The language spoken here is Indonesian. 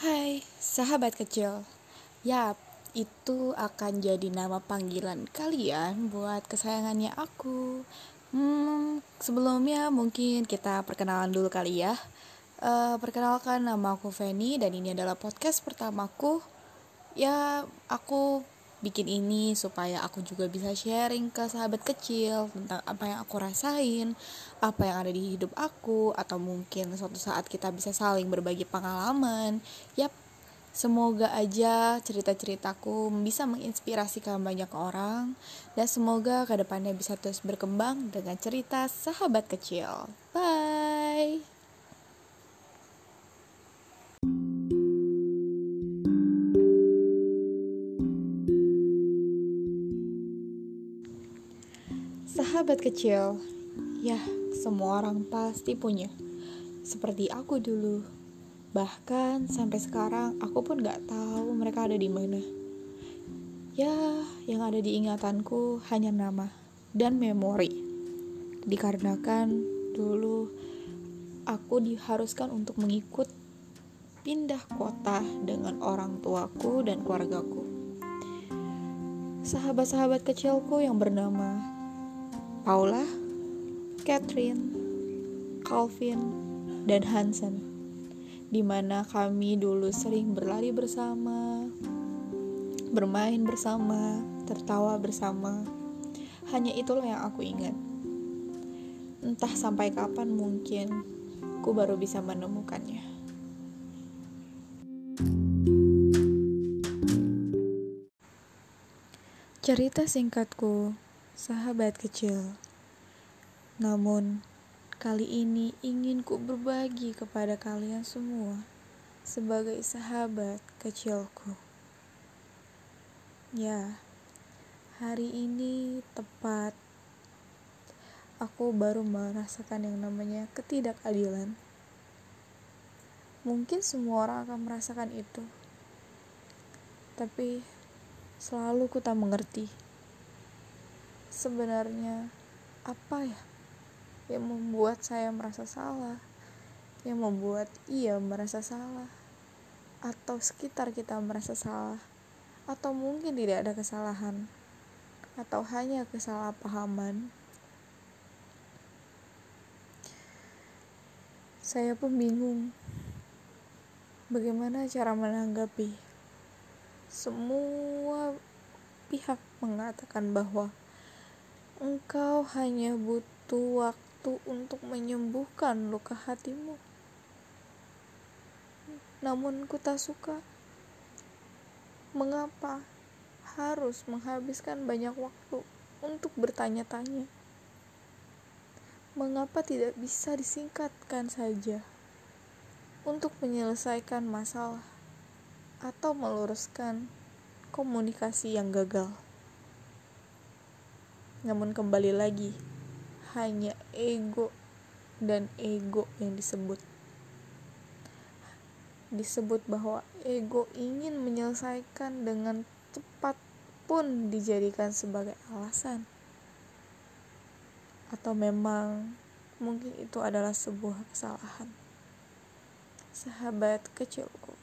Hai, sahabat kecil. Yap, itu akan jadi nama panggilan kalian buat kesayangannya aku. Sebelumnya mungkin kita perkenalan dulu kali ya. Perkenalkan, nama aku Feni dan ini adalah podcast pertamaku. Ya, aku bikin ini supaya aku juga bisa sharing ke sahabat kecil tentang apa yang aku rasain, apa yang ada di hidup aku, atau mungkin suatu saat kita bisa saling berbagi pengalaman. Yap, semoga aja cerita-ceritaku bisa menginspirasikan banyak orang, dan semoga kedepannya bisa terus berkembang dengan cerita sahabat kecil. Bye! Sahabat kecil, ya, semua orang pasti punya. Seperti aku dulu. Bahkan sampai sekarang aku pun gak tahu mereka ada di mana. Ya, yang ada di ingatanku hanya nama dan memori. Dikarenakan dulu aku diharuskan untuk mengikut pindah kota dengan orang tuaku dan keluargaku. Sahabat-sahabat kecilku yang bernama Paula, Catherine, Calvin, dan Hansen, di mana kami dulu sering berlari bersama, bermain bersama, tertawa bersama. Hanya itulah yang aku ingat. Entah sampai kapan mungkin ku baru bisa menemukannya. Cerita singkatku, sahabat kecil. Namun, kali ini ingin ku berbagi kepada kalian semua sebagai sahabat kecilku. Ya, hari ini tepat aku baru merasakan yang namanya ketidakadilan. Mungkin semua orang akan merasakan itu, tapi selalu ku tak mengerti. Sebenarnya apa ya yang membuat saya merasa salah, yang membuat ia merasa salah, atau sekitar kita merasa salah, atau mungkin tidak ada kesalahan, atau hanya kesalahpahaman. Saya pun bingung bagaimana cara menanggapi. Semua pihak mengatakan bahwa engkau hanya butuh waktu untuk menyembuhkan luka hatimu. Namun ku tak suka. Mengapa harus menghabiskan banyak waktu untuk bertanya-tanya? Mengapa tidak bisa disingkatkan saja untuk menyelesaikan masalah atau meluruskan komunikasi yang gagal? Namun kembali lagi, hanya ego dan ego yang disebut bahwa ego ingin menyelesaikan dengan cepat pun dijadikan sebagai alasan. Atau memang mungkin itu adalah sebuah kesalahan. Sahabat kecilku,